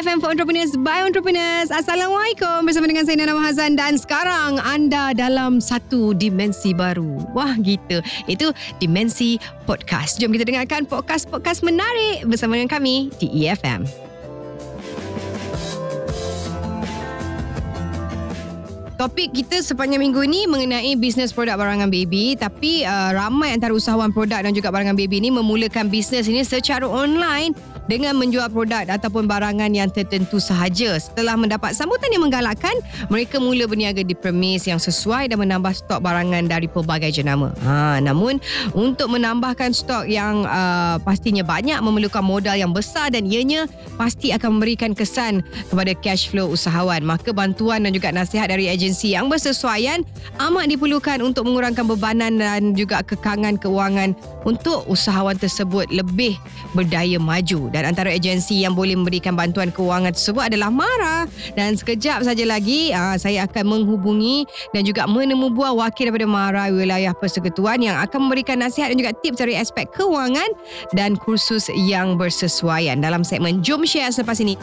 EFM for Entrepreneurs by Entrepreneurs. Assalamualaikum, bersama dengan saya Nana Mahazan. Dan sekarang anda dalam satu dimensi baru. Wah gitu, itu dimensi podcast. Jom kita dengarkan podcast-podcast menarik bersama dengan kami di EFM. Topik kita sepanjang minggu ini mengenai bisnes produk barangan baby. Tapi ramai antara usahawan produk dan juga barangan baby ini memulakan bisnes ini secara online dengan menjual produk ataupun barangan yang tertentu sahaja. Setelah mendapat sambutan yang menggalakkan, mereka mula berniaga di premis yang sesuai dan menambah stok barangan dari pelbagai jenama. Namun untuk menambahkan stok yang pastinya banyak memerlukan modal yang besar dan ianya pasti akan memberikan kesan kepada cash flow usahawan. Maka bantuan dan juga nasihat dari agensi yang bersesuaian amat diperlukan untuk mengurangkan bebanan dan juga kekangan keuangan untuk usahawan tersebut lebih berdaya maju. Dan antara agensi yang boleh memberikan bantuan keuangan tersebut adalah Mara. Dan sekejap saja lagi saya akan menghubungi dan juga menemu buah wakil daripada Mara Wilayah Persekutuan yang akan memberikan nasihat dan juga tips dari aspek keuangan dan kursus yang bersesuaian dalam segmen Jom Share selepas ini.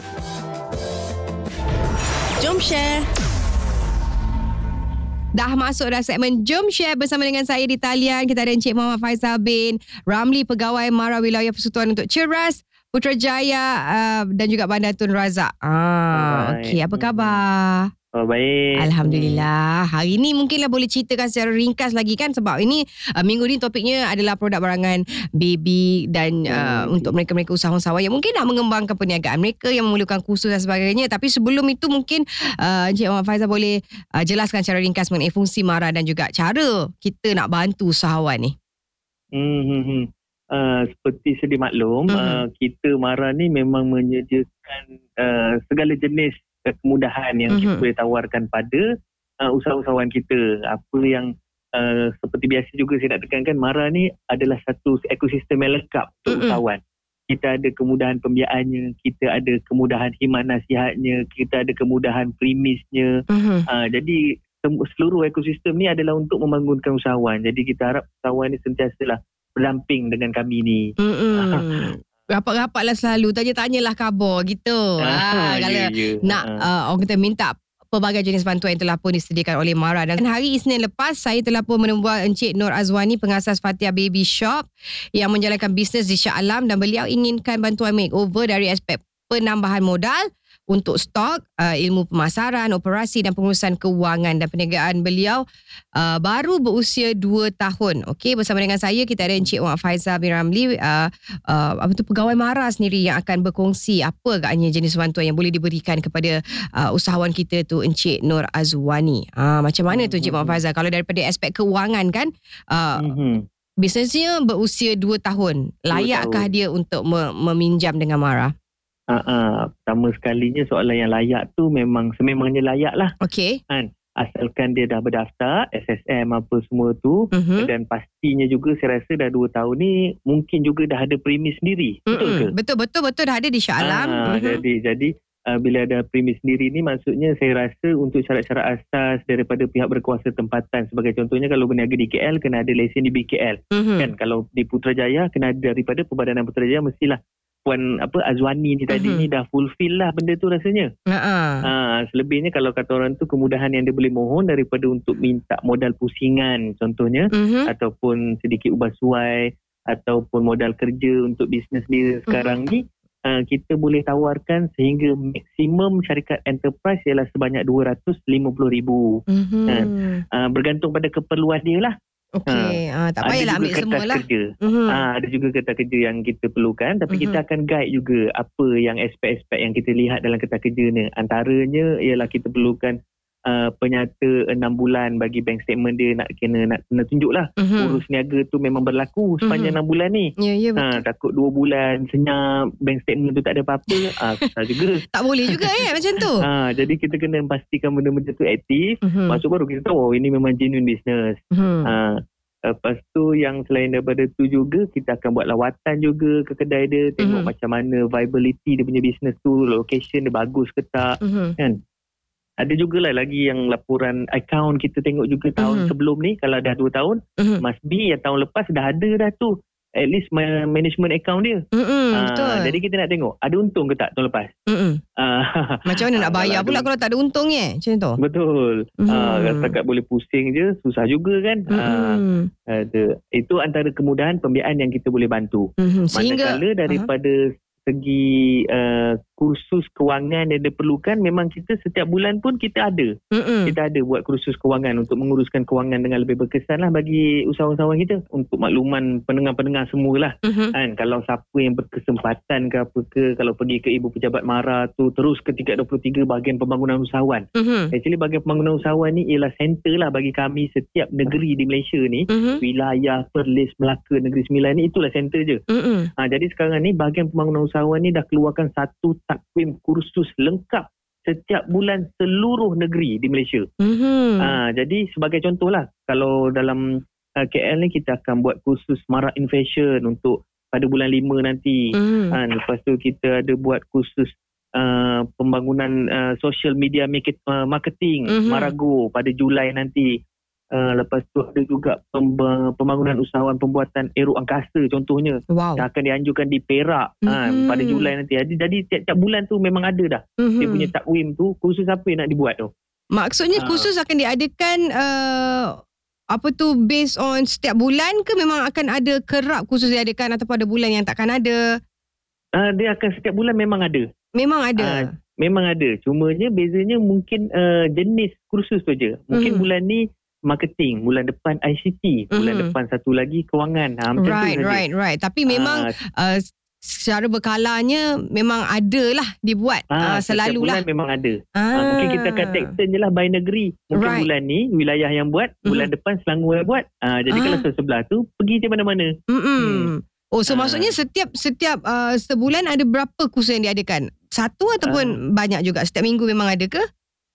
Jom Share. Dah masuk dah segmen Jom Share bersama dengan saya di talian. Kita ada Encik Muhammad Faizal bin Ramli, Pegawai Mara Wilayah Persekutuan untuk Ceras, Putrajaya dan juga Bandar Tun Razak. Okey, apa khabar? Baik. Alhamdulillah. Hari ni mungkinlah boleh ceritakan secara ringkas lagi kan, sebab ini minggu ni topiknya adalah produk barangan baby dan untuk mereka-mereka usahawan-usahawan yang mungkin nak mengembangkan perniagaan mereka yang memerlukan kursus dan sebagainya. Tapi sebelum itu mungkin Encik Muhammad Faizal boleh jelaskan secara ringkas mengenai fungsi Mara dan juga cara kita nak bantu usahawan ni. Seperti sedia maklum, kita Mara ni memang menyediakan segala jenis kemudahan yang kita boleh tawarkan pada usahawan kita. Apa yang seperti biasa juga saya nak tekankan, Mara ni adalah satu ekosistem yang lengkap untuk usahawan. Kita ada kemudahan pembiayaannya, kita ada kemudahan khidmat nasihatnya, kita ada kemudahan premisnya. Jadi seluruh ekosistem ni adalah untuk membangunkan usahawan. Jadi kita harap usahawan ni sentiasalah berdamping dengan kami ni. Rapat-rapatlah selalu, tanya-tanyalah khabar gitu. Kalau nak orang kata minta pelbagai jenis bantuan yang telah pun disediakan oleh Mara. Dan hari Isnin lepas, saya telah pun menemui Encik Nur Azwani, pengasas Fatia Baby Shop yang menjalankan bisnes di Shah Alam, dan beliau inginkan bantuan makeover dari aspek penambahan modal untuk stok, ilmu pemasaran, operasi dan pengurusan kewangan. Dan perniagaan beliau baru berusia 2 tahun. Okey, bersama dengan saya kita ada Encik Muhammad Faizal bin Ramli, pegawai Mara sendiri, yang akan berkongsi apa agaknya jenis bantuan yang boleh diberikan kepada usahawan kita tu, Encik Nur Azwani. Macam mana tu Encik Muhammad Faizal, kalau daripada aspek kewangan kan, bisnesnya berusia 2 tahun, layakkah dia untuk meminjam dengan Mara? Pertama sekalinya, soalan yang layak tu memang sememangnya layak lah. Okey. Asalkan dia dah berdaftar SSM apa semua tu, dan pastinya juga saya rasa dah 2 tahun ni mungkin juga dah ada premis sendiri. Betul ke? Betul dah ada di Shah Alam. Jadi bila ada premis sendiri ni, maksudnya saya rasa untuk syarat-syarat asas daripada pihak berkuasa tempatan, sebagai contohnya kalau berniaga di KL kena ada lesen di BKL. Kan, kalau di Putrajaya kena ada daripada Perbadanan Putrajaya, mestilah Puan Azwani ni tadi ni dah fulfill lah benda tu rasanya. Selebihnya kalau kata orang tu, kemudahan yang dia boleh mohon daripada untuk minta modal pusingan contohnya, ataupun sedikit ubah suai, ataupun modal kerja untuk bisnes dia sekarang ni, kita boleh tawarkan sehingga maksimum syarikat enterprise ialah sebanyak 250,000. Bergantung pada keperluan dia lah. Okey, tak payahlah ambil semualah. Ada juga kertas kerja yang kita perlukan, tapi kita akan guide juga apa yang aspek-aspek yang kita lihat dalam kertas kerja ni. Antaranya ialah kita perlukan penyata 6 bulan bagi bank statement dia, nak kena tunjuk lah. Urus niaga tu memang berlaku sepanjang 6 bulan ni. Betul. Takut 2 bulan senyap bank statement tu tak ada apa-apa, susah juga. Tak boleh juga macam tu. Jadi kita kena pastikan benda-benda tu aktif. Masuk baru kita tahu ini memang genuine business. Lepas tu yang selain daripada tu juga, kita akan buat lawatan juga ke kedai dia, tengok macam mana viability dia punya business tu, location dia bagus ke tak, kan. Ada jugalah lagi yang laporan account kita tengok juga tahun sebelum ni. Kalau dah 2 tahun, must be yang tahun lepas dah ada dah tu at least management account dia. Betul. Jadi kita nak tengok ada untung ke tak tahun lepas. Macam mana nak bayar pula kalau tak ada untungnya macam tu. Betul. Setakat boleh pusing je, susah juga kan. Itu antara kemudahan pembiayaan yang kita boleh bantu. Manakala daripada segi kursus kewangan yang diperlukan, memang kita setiap bulan pun kita ada. Kita ada buat kursus kewangan untuk menguruskan kewangan dengan lebih berkesan lah bagi usahawan-usahawan kita. Untuk makluman pendengar-pendengar semualah. Kan, kalau siapa yang berkesempatan ke apa ke, kalau pergi ke Ibu Pejabat MARA tu, terus ke tingkat 23 bahagian pembangunan usahawan. Actually bahagian pembangunan usahawan ni ialah center lah bagi kami setiap negeri di Malaysia ni. Wilayah Perlis, Melaka, Negeri Sembilan ni itulah center je. Jadi sekarang ni bahagian pembangunan usahawan ni dah keluarkan satu takwim kursus lengkap setiap bulan seluruh negeri di Malaysia. Jadi sebagai contohlah, kalau dalam KL ni kita akan buat kursus MARA in Fashion untuk pada bulan 5 nanti. Lepas tu kita ada buat kursus pembangunan social media marketing Marago pada Julai nanti. Lepas tu ada juga pembangunan usahawan pembuatan aero angkasa contohnya. Yang akan dianjurkan di Perak pada Julai nanti. Jadi tiap-tiap bulan tu memang ada dah. Dia punya takwim tu, kursus apa yang nak dibuat tu. Maksudnya kursus akan diadakan based on setiap bulan ke memang akan ada kerap kursus diadakan ataupun ada bulan yang takkan ada? Dia akan setiap bulan memang ada. Memang ada? Memang ada. Cumanya bezanya mungkin jenis kursus tu je. Mungkin bulan ni marketing, bulan depan ICT, bulan depan satu lagi kewangan. Macam tu saja. Right. Tapi memang secara berkalanya memang ada lah dibuat selalu lah. Bulan memang ada. Mungkin kita akan take turn je lah by negeri. Mungkin bulan ni wilayah yang buat, bulan depan Selangor yang buat. Jadi kalau sebelah tu pergi je mana-mana. So maksudnya setiap sebulan ada berapa kursus yang diadakan? Satu ataupun banyak juga? Setiap minggu memang ada ke?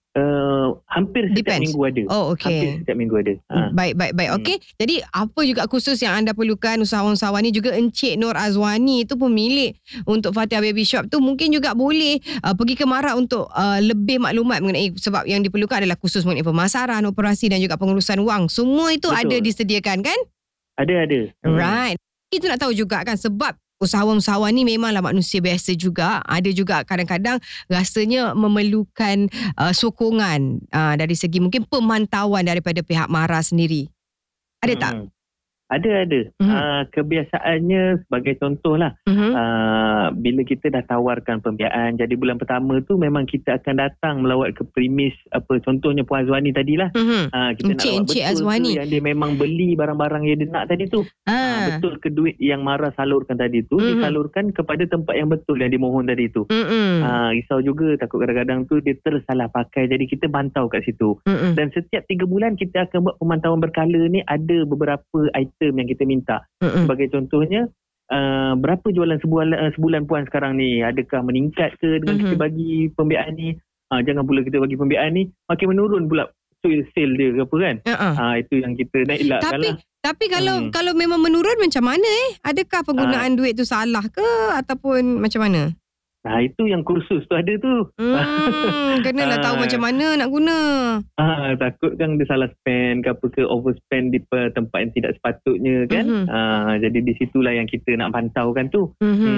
Hampir setiap minggu ada. Hampir setiap minggu ada. Baik. Okey. Jadi apa juga kursus yang anda perlukan usahawan-usahawan ni, juga Encik Nur Azwani tu pemilik untuk Fatihah Baby Shop tu, mungkin juga boleh pergi ke MARA untuk lebih maklumat mengenai, sebab yang diperlukan adalah khusus mengenai pemasaran, operasi dan juga pengurusan wang. Semua itu ada disediakan kan? Ada. Right. Kita nak tahu juga kan, sebab usahawan-usahawan ni memanglah manusia biasa juga. Ada juga kadang-kadang rasanya memerlukan sokongan dari segi mungkin pemantauan daripada pihak MARA sendiri. Ada tak? Ada. Kebiasaannya sebagai contohlah, bila kita dah tawarkan pembiayaan, jadi bulan pertama tu memang kita akan datang melawat ke premis, contohnya Puan Azwani tadilah. Kita nak lawat betul Azwani yang dia memang beli barang-barang yang dia nak tadi tu. Betul ke duit yang MARA salurkan tadi tu disalurkan kepada tempat yang betul yang dimohon tadi tu. Risau juga, takut kadang-kadang tu dia tersalah pakai, jadi kita pantau kat situ. Dan setiap 3 bulan kita akan buat pemantauan berkala ni. Ada beberapa item yang kita minta. Sebagai contohnya, berapa jualan sebulan Puan sekarang ni? Adakah meningkat ke dengan kita bagi pembiayaan ni? Jangan pula kita bagi pembiayaan ni makin menurun pula sale dia ke apa kan? Itu yang kita nak elakkan lah. Tapi kalau memang menurun macam mana Adakah penggunaan duit tu salah ke ataupun macam mana? Itu yang kursus tu ada tu. Kenalah tahu macam mana nak guna. Takut kan dia salah spend ke apa ke, overspend di tempat yang tidak sepatutnya kan. Jadi di situlah yang kita nak pantaukan tu.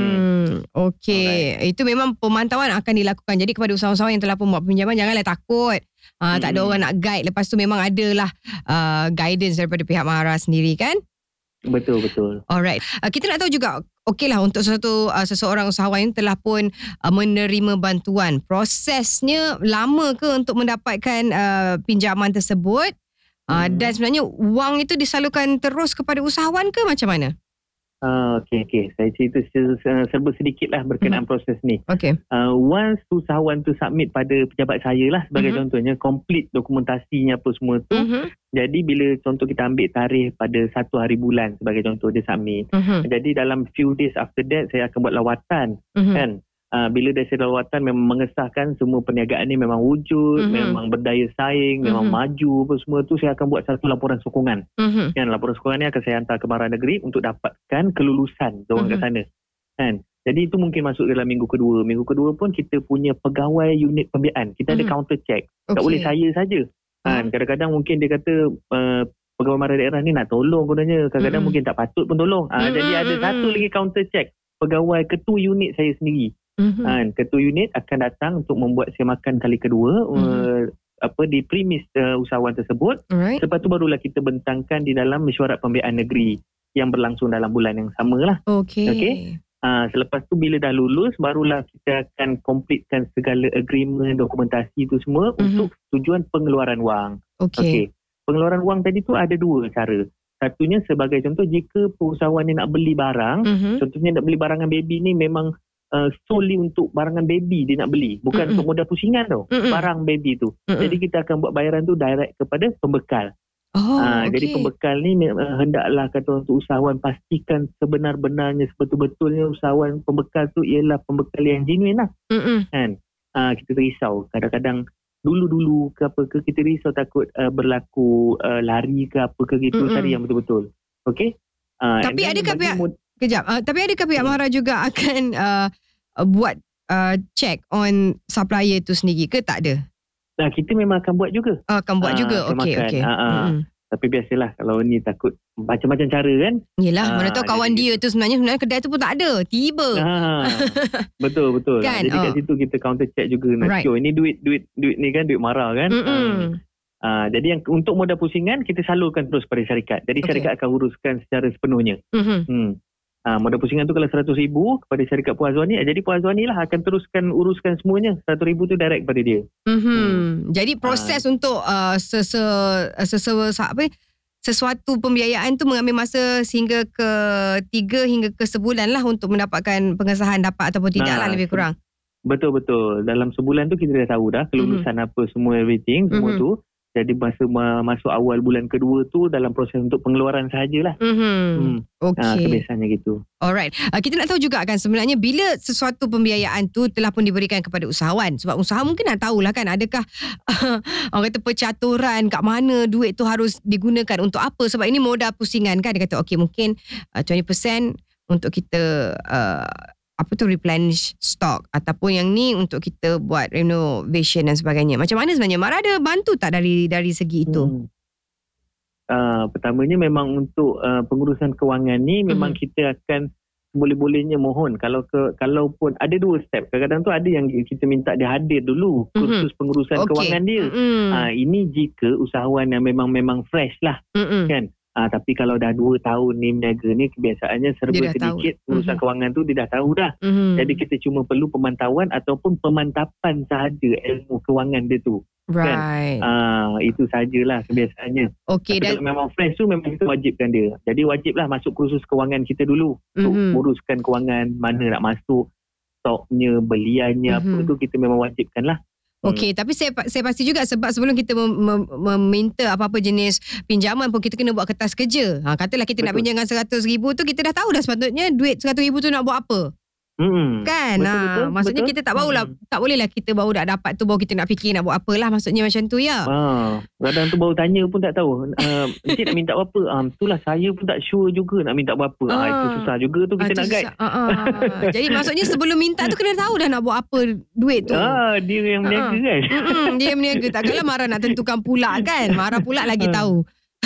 Okey. Itu memang pemantauan akan dilakukan. Jadi kepada usahawan-usahawan yang telah pun buat pinjaman, janganlah takut. Tak ada orang nak guide. Lepas tu memang adalah guidance daripada pihak MARA sendiri kan. Betul. Alright. Kita nak tahu juga, okeylah, untuk seseorang usahawan yang telah pun menerima bantuan, prosesnya lama ke untuk mendapatkan pinjaman tersebut? Dan sebenarnya wang itu disalurkan terus kepada usahawan ke macam mana? Okey. Saya cerita serba sedikit lah berkenaan proses ni. Once usahawan tu submit pada pejabat saya lah sebagai contohnya, complete dokumentasinya apa semua tu. Jadi bila contoh kita ambil tarikh pada 1 hari bulan sebagai contoh dia submit. Jadi dalam few days after that saya akan buat lawatan kan. Bila dah saya lawatan memang mengesahkan semua perniagaan ni memang wujud, memang berdaya saing, memang maju apa semua tu, saya akan buat satu laporan sokongan. Kan, laporan sokongan ni akan saya hantar ke MARA Negeri untuk dapatkan kelulusan diorang kat sana. Kan. Jadi itu mungkin masuk dalam minggu kedua. Minggu kedua pun kita punya pegawai unit pembiayaan. Kita ada counter check. Tak boleh saya saja. Kadang-kadang mungkin dia kata pegawai mara daerah ni nak tolong kononnya, kadang-kadang mungkin tak patut pun tolong. Jadi ada satu lagi counter check, pegawai ketua unit saya sendiri. Ketua unit akan datang untuk membuat semakan kali kedua di premis usahawan tersebut. Lepas tu barulah kita bentangkan di dalam mesyuarat pembiayaan negeri yang berlangsung dalam bulan yang sama lah. Okay? Selepas tu bila dah lulus, barulah kita akan completekan segala agreement, dokumentasi tu semua untuk tujuan pengeluaran wang. Okay. Pengeluaran wang tadi tu ada dua cara. Satunya sebagai contoh, jika usahawan ni nak beli barang, contohnya nak beli barangan baby ni memang solely untuk barangan baby dia nak beli, bukan untuk modal pusingan tau, barang baby tu. Jadi kita akan buat bayaran tu direct kepada pembekal. Jadi pembekal ni hendaklah kata untuk usahawan pastikan sebenar-benarnya, sebetul-betulnya usahawan pembekal tu ialah pembekal yang genuine lah. Kan? Kita risau kadang-kadang dulu-dulu ke apa ke, kita risau takut berlaku lari ke apa ke gitu, cari yang betul-betul. Okay? Tapi adakah pihak Mara juga akan buat check on supplier tu sendiri ke tak ada? Kita memang akan buat juga. Akan buat juga. Okay. Tapi biasalah kalau ni takut macam-macam cara kan. Yelah, mana tahu kawan dia tu sebenarnya kedai tu pun tak ada. Tiba. Betul. Kan? Jadi kat situ kita counter check juga. Nak show ini duit ni kan, duit Mara kan. Jadi yang untuk modal pusingan kita salurkan terus pada syarikat. Jadi syarikat akan uruskan secara sepenuhnya. Modal pusingan tu kalau 100,000 kepada syarikat Puan Azwani, jadi Puan Azwani lah akan teruskan uruskan semuanya. 100,000 tu direct pada dia. Jadi proses untuk sesuatu pembiayaan tu mengambil masa sehingga ke 3 hingga ke sebulan lah untuk mendapatkan pengesahan dapat ataupun tidak lah, lebih kurang. Betul. Dalam sebulan tu kita dah tahu dah kelulusan apa semua, everything semua tu. Jadi masa masuk awal bulan kedua tu dalam proses untuk pengeluaran sahajalah. Kebiasaannya gitu. Alright. Kita nak tahu juga kan sebenarnya bila sesuatu pembiayaan tu telah pun diberikan kepada usahawan. Sebab usahawan mungkin nak tahulah kan, adakah orang kata percaturan kat mana duit tu harus digunakan untuk apa. Sebab ini modal pusingan kan. Dia kata mungkin 20% untuk kita replenish stock, ataupun yang ni untuk kita buat renovation dan sebagainya. Macam mana sebenarnya? Mara ada bantu tak dari segi itu? Pertamanya memang untuk pengurusan kewangan ni memang kita akan boleh-bolehnya mohon. Kalau pun ada 2 step. Kadang-kadang tu ada yang kita minta dia hadir dulu kursus pengurusan kewangan dia. Ini jika usahawan yang memang fresh lah. Kan? Tapi kalau dah 2 tahun ni meniaga ni, kebiasaannya serba sedikit urusan kewangan tu dia dah tahu dah. Jadi kita cuma perlu pemantauan ataupun pemantapan sahaja ilmu kewangan dia tu. Kan? Itu sajalah kebiasaannya. Tapi kalau memang fresh tu memang kita wajibkan dia. Jadi wajiblah masuk kursus kewangan kita dulu untuk uruskan kewangan, mana nak masuk, stoknya, beliannya, apa tu kita memang wajibkan lah. Tapi saya pasti juga sebab sebelum kita meminta apa-apa jenis pinjaman pun kita kena buat kertas kerja. Katalah kita nak pinjamkan 100,000 tu, kita dah tahu dah sepatutnya duit 100,000 tu nak buat apa. Kan? Maksudnya kita tak bolehlah kita baru dah dapat tu baru kita nak fikir nak buat apalah. Maksudnya macam tu ya. Kadang tu baru tanya pun tak tahu. Encik nak minta apa? Itulah saya pun tak sure juga nak minta berapa. Itu susah juga tu kita nak guide. Jadi maksudnya sebelum minta tu kena tahu dah nak buat apa duit tu. Dia yang meniaga kan. Dia yang meniaga. Takkanlah Mara nak tentukan pula kan. Mara pula lagi tahu.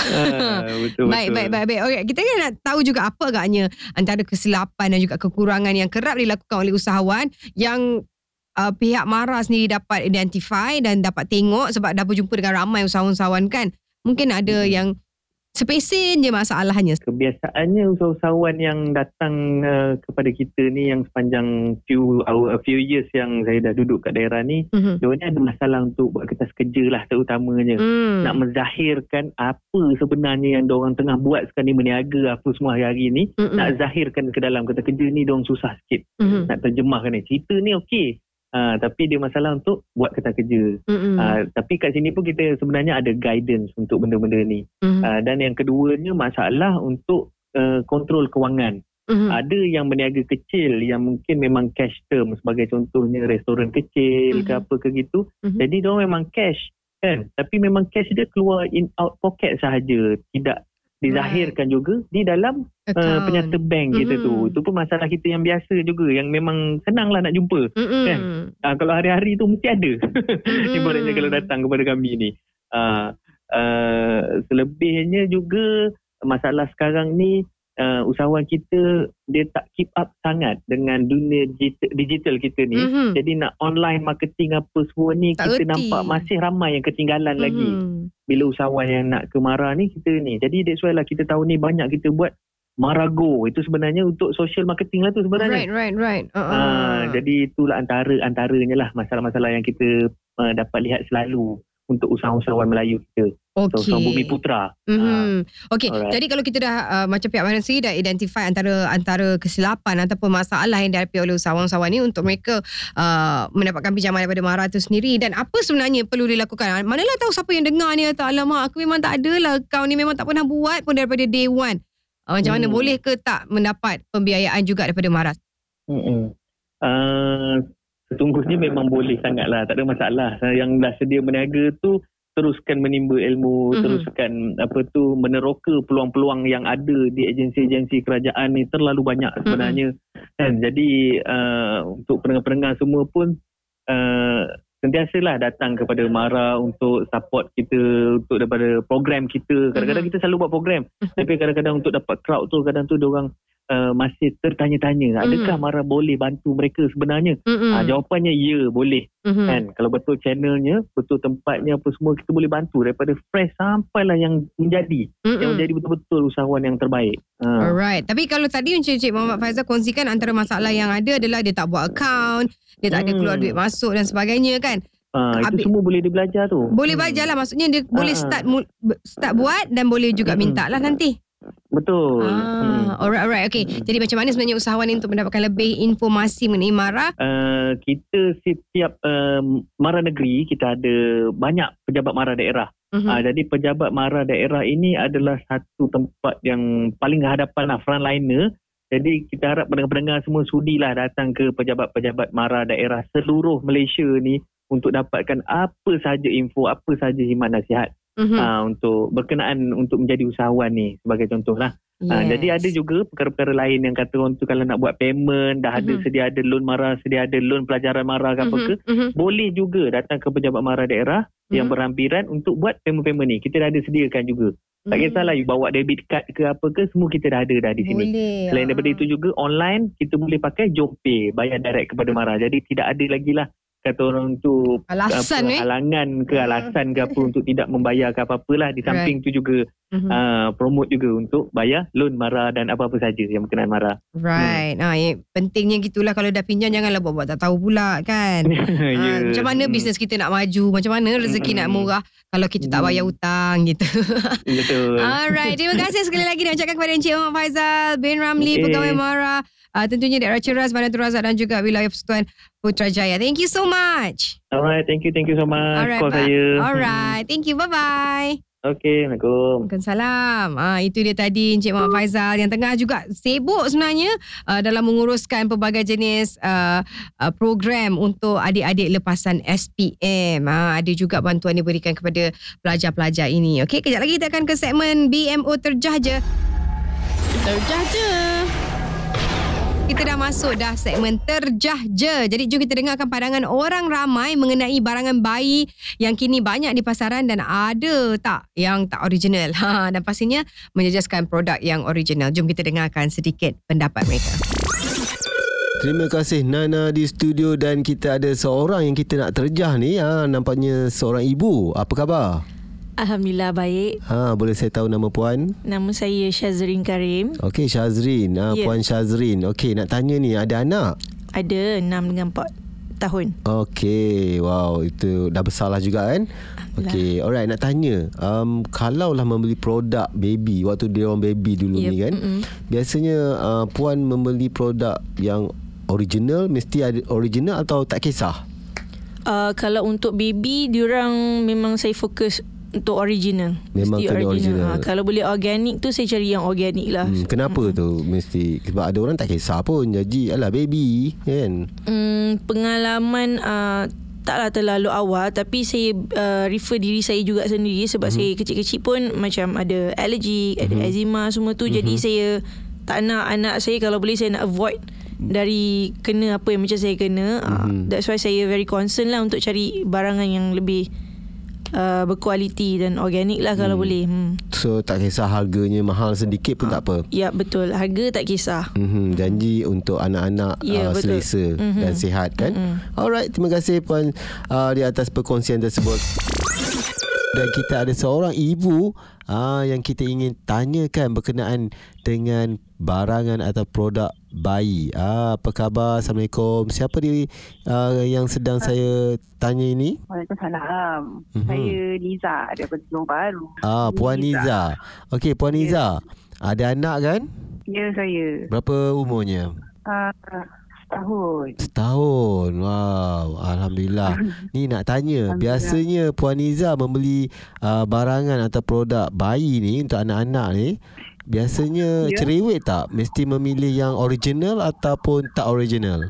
Betul. Baik. Okay, kita kan nak tahu juga apa agaknya antara kesilapan dan juga kekurangan yang kerap dilakukan oleh usahawan yang pihak Mara sendiri dapat identify dan dapat tengok sebab dah berjumpa dengan ramai usahawan-usahawan kan. Mungkin ada yang sepesin je masalahnya. Kebiasaannya usahawan yang datang kepada kita ni yang sepanjang few years yang saya dah duduk kat daerah ni, diorang ada masalah untuk buat kertas kerja lah terutamanya. Nak menzahirkan apa sebenarnya yang diorang tengah buat sekarang ni, meniaga apa semua hari-hari ni, nak zahirkan ke dalam kertas kerja ni diorang susah sikit. Nak terjemahkan ni. Cerita ni okey. Tapi dia masalah untuk buat kertas kerja. Tapi kat sini pun kita sebenarnya ada guidance untuk benda-benda ni. Dan yang keduanya masalah untuk kontrol kewangan. Ada yang berniaga kecil yang mungkin memang cash term, sebagai contohnya restoran kecil ke apa ke gitu. Jadi diorang memang cash kan, tapi memang cash dia keluar in out pocket sahaja, tidak dizahirkan juga di dalam penyata bank kita tu. Itu pun masalah kita yang biasa juga, yang memang senang lah nak jumpa kan. Kalau hari-hari tu mesti ada ibaratnya kalau datang kepada kami ni. selebihnya juga masalah sekarang ni usahawan kita dia tak keep up sangat dengan dunia digital kita ni. Jadi nak online marketing apa semua ni tak kita reti. Nampak masih ramai yang ketinggalan lagi. Bila usahawan yang nak ke Mara ni kita ni. Jadi that's why lah kita tahu ni banyak kita buat Marago. Itu sebenarnya untuk social marketing lah tu sebenarnya. Right. Jadi itulah antaranya lah masalah-masalah yang kita dapat lihat selalu untuk usahawan Melayu kita. Usahawan Bumi Putra. Jadi kalau kita dah macam pihak mana sendiri dah identify antara kesilapan ataupun masalah yang dihadapi oleh usahawan-usahawan ni untuk mereka mendapatkan pinjaman daripada Mara tu sendiri, dan apa sebenarnya perlu dilakukan. Manalah tahu siapa yang dengar ni kata, alamak aku memang tak ada lah, kau ni memang tak pernah buat pun daripada day one. Macam mana, boleh ke tak mendapat pembiayaan juga daripada Mara? Sesungguhnya memang boleh sangatlah, tak ada masalah. Yang dah sedia berniaga tu teruskan menimba ilmu, teruskan meneroka peluang-peluang yang ada di agensi-agensi kerajaan ni terlalu banyak sebenarnya. Kan? Jadi untuk pendengar-pendengar semua pun sentiasalah datang kepada Mara untuk support kita, untuk daripada program kita. Kadang-kadang kita selalu buat program, tapi kadang-kadang untuk dapat crowd tu, kadang tu diorang masih tertanya-tanya, adakah Mara boleh bantu mereka sebenarnya? Jawapannya ya, boleh. Kan? Kalau betul channelnya, betul tempatnya, apa semua, kita boleh bantu daripada fresh sampailah yang menjadi betul-betul usahawan yang terbaik. Alright. Tapi kalau tadi Encik Muhammad Faizal kongsikan antara masalah yang ada adalah dia tak buat account, dia tak ada keluar duit masuk dan sebagainya kan. Itu semua boleh dibelajar tu. Boleh belajar lah, maksudnya dia boleh start buat dan boleh juga minta lah nanti. Betul. Alright. Okay. Jadi macam mana sebenarnya usahawan ini untuk mendapatkan lebih informasi mengenai Mara? Kita setiap Mara negeri, kita ada banyak pejabat Mara daerah. Jadi pejabat Mara daerah ini adalah satu tempat yang paling hadapan lah, frontliner. Jadi kita harap pendengar-pendengar semua sudilah datang ke pejabat-pejabat Mara daerah seluruh Malaysia ni untuk dapatkan apa sahaja info, apa sahaja himat nasihat untuk berkenaan untuk menjadi usahawan ni, sebagai contohlah. Jadi ada juga perkara-perkara lain yang kata orang tu kalau nak buat payment, dah ada sedia ada loan Mara, sedia ada loan pelajaran Mara ke apa ke, boleh juga datang ke pejabat Mara daerah yang berhampiran untuk buat payment-payment ni. Kita dah ada sediakan juga. Tak kisahlah you bawa debit card ke apa ke, semua kita dah ada dah di sini. Boleh. Selain daripada itu juga online kita boleh pakai JomPay, bayar direct kepada Mara. Jadi tidak ada lagi lah kata orang tu halangan ke alasan ke apa untuk tidak membayar ke apa-apalah. Di samping tu juga promote juga untuk bayar loan Mara dan apa-apa saja yang berkenaan Mara. Right. Pentingnya gitulah, kalau dah pinjam janganlah buat-buat tak tahu pula kan. Macam mana bisnes kita nak maju, macam mana rezeki nak murah kalau kita tak bayar hutang gitu. Betul. Alright, terima kasih sekali lagi nak ucapkan kepada Encik Muhammad Faizal bin Ramli, pegawai Mara, tentunya Daerah Ceras, Bandar Razak dan juga Wilayah Persekutuan Putrajaya. Thank you so much. Alright, thank you so much. Alright, alright, thank you, bye-bye. Okay, Assalamualaikum. Waalaikumsalam. Itu dia tadi Encik Muhammad Faizal yang tengah juga sibuk sebenarnya dalam menguruskan pelbagai jenis program untuk adik-adik lepasan SPM. Ada juga bantuan diberikan kepada pelajar-pelajar ini. Okey, kejap lagi kita akan ke segmen BMO Terjah Je. Terjah Je. Kita dah masuk dah segmen Terjah Je. Jadi jom kita dengarkan pandangan orang ramai mengenai barangan bayi yang kini banyak di pasaran dan ada tak yang tak original. Dan pastinya menjejaskan produk yang original. Jom kita dengarkan sedikit pendapat mereka. Terima kasih Nana di studio, dan kita ada seorang yang kita nak terjah ni. Nampaknya seorang ibu. Apa khabar? Alhamdulillah baik. Boleh saya tahu nama puan? Nama saya Syazrin Karim. Okey, Syazrin. Puan Syazrin. Okey, nak tanya ni, ada anak? Ada 6 dengan 4 tahun. Okey, wow, itu dah besar lah juga kan? Okey, alright, nak tanya, kalau lah membeli produk baby waktu dia orang baby dulu ni kan, biasanya puan membeli produk yang original, mesti ada original atau tak kisah? Kalau untuk baby, diorang memang saya fokus untuk original. Memang mesti kena original. Kalau boleh organik tu, saya cari yang organik lah. Kenapa tu mesti? Sebab ada orang tak kisah pun, jadi alah baby kan. Pengalaman taklah terlalu awal, tapi saya refer diri saya juga sendiri sebab saya kecil-kecil pun macam ada alergi, ada eczema semua tu. Jadi saya tak nak anak saya, kalau boleh saya nak avoid dari kena apa yang macam saya kena. That's why saya very concern lah untuk cari barangan yang lebih berkualiti dan organik lah kalau boleh. So tak kisah harganya mahal sedikit pun tak apa. Ya, betul. Harga tak kisah. Janji untuk anak-anak selesa dan sihat kan. Alright, terima kasih Puan di atas perkongsian tersebut. Dan kita ada seorang ibu yang kita ingin tanyakan berkenaan dengan barangan atau produk bayi. Apa khabar? Assalamualaikum. Siapa dia yang sedang saya tanya ini? Waalaikumsalam. Saya Niza daripada Johor Bahru. Puan Niza. Okey, Puan Niza. Ada anak kan? Ya, saya. Berapa umurnya? Setahun. Wow, Alhamdulillah. Ni nak tanya, biasanya Puan Niza membeli barangan atau produk bayi ni untuk anak-anak ni, biasanya cerewet tak? Mesti memilih yang original ataupun tak original?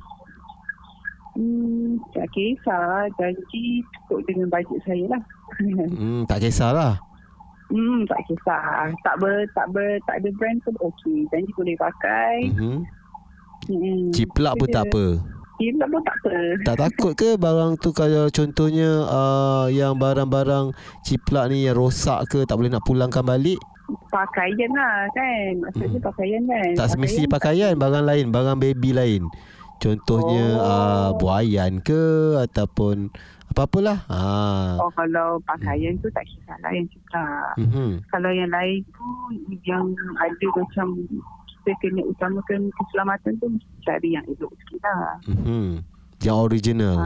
Tak kisah. Janji cukup dengan bajet saya lah. Tak kisahlah. Tak kisah. Tak ada brand pun okey. Janji boleh pakai. Ciplak pun tak apa. Ciplak pun tak apa. Tak takut ke barang tu kalau contohnya yang barang-barang ciplak ni yang rosak ke, tak boleh nak pulangkan balik? Pakaian lah kan. Maksudnya pakaian kan. Tak semestinya pakaian, barang lain, barang baby lain. Contohnya buaian ke ataupun apa-apalah. Kalau pakaian tu tak kisahlah yang ciplak. Kalau yang lain tu yang ada macam kita kena utamakan keselamatan tu, mesti cari yang elok sikit lah. Yang original.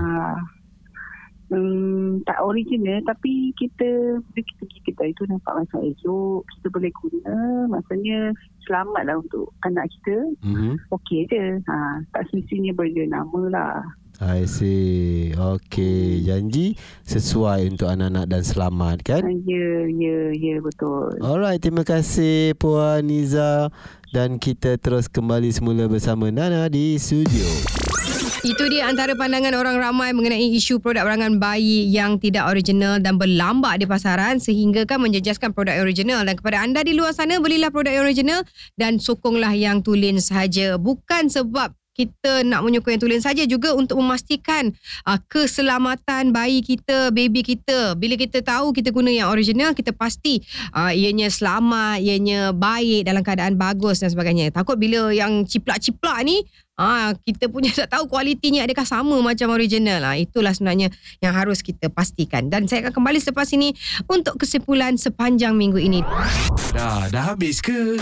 Tak original, tapi kita pergi kedai tu nampak macam elok, kita boleh guna, maksudnya selamat lah untuk anak kita. Okey je. Tak semestinya benda nama lah. I see. Okey, janji sesuai untuk anak-anak dan selamat kan? Ya, betul. Alright, terima kasih Puan Niza. Dan kita terus kembali semula bersama Nana di studio. Itu dia antara pandangan orang ramai mengenai isu produk barangan bayi yang tidak original dan berlambak di pasaran sehingga kan menjejaskan produk original. Dan kepada anda di luar sana, belilah produk original dan sokonglah yang tulen sahaja. Bukan sebab kita nak menyokong yang tulen saja, juga untuk memastikan keselamatan bayi kita, baby kita. Bila kita tahu kita guna yang original, kita pasti ianya selamat, ianya baik, dalam keadaan bagus dan sebagainya. Takut bila yang ciplak-ciplak ni, kita punya tak tahu kualitinya adakah sama macam original. Itulah sebenarnya yang harus kita pastikan. Dan saya akan kembali selepas ini untuk kesimpulan sepanjang minggu ini. Dah habis ke?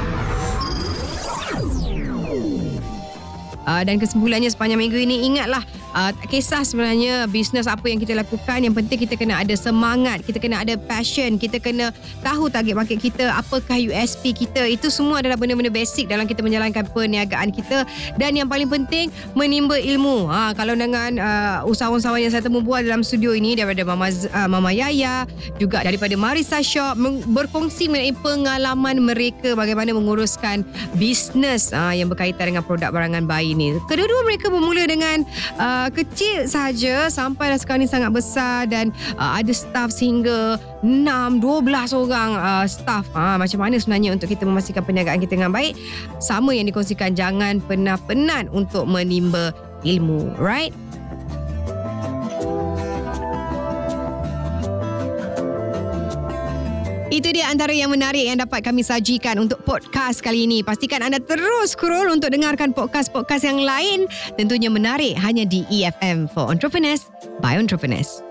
Dan kesimpulannya sepanjang minggu ini, ingatlah tak kisah sebenarnya bisnes apa yang kita lakukan, yang penting kita kena ada semangat, kita kena ada passion, kita kena tahu target market kita, apakah USP kita. Itu semua adalah benda-benda basic dalam kita menjalankan perniagaan kita. Dan yang paling penting, menimba ilmu. Kalau dengan usahawan-usahawan yang saya temu buat dalam studio ini, daripada Mama Yaya, juga daripada Marisa Shop, berkongsi mengenai pengalaman mereka bagaimana menguruskan bisnes yang berkaitan dengan produk barangan bayi ni. Kedua-dua mereka bermula dengan kecil sahaja sampai dah sekarang ni sangat besar, dan ada staff sehingga 6-12 orang staff. Macam mana sebenarnya untuk kita memastikan perniagaan kita dengan baik? Sama yang dikongsikan, jangan pernah penat untuk menimba ilmu, right? Itu dia antara yang menarik yang dapat kami sajikan untuk podcast kali ini. Pastikan anda terus scroll untuk dengarkan podcast-podcast yang lain. Tentunya menarik hanya di EFM for Entrepreneurs by Entrepreneurs.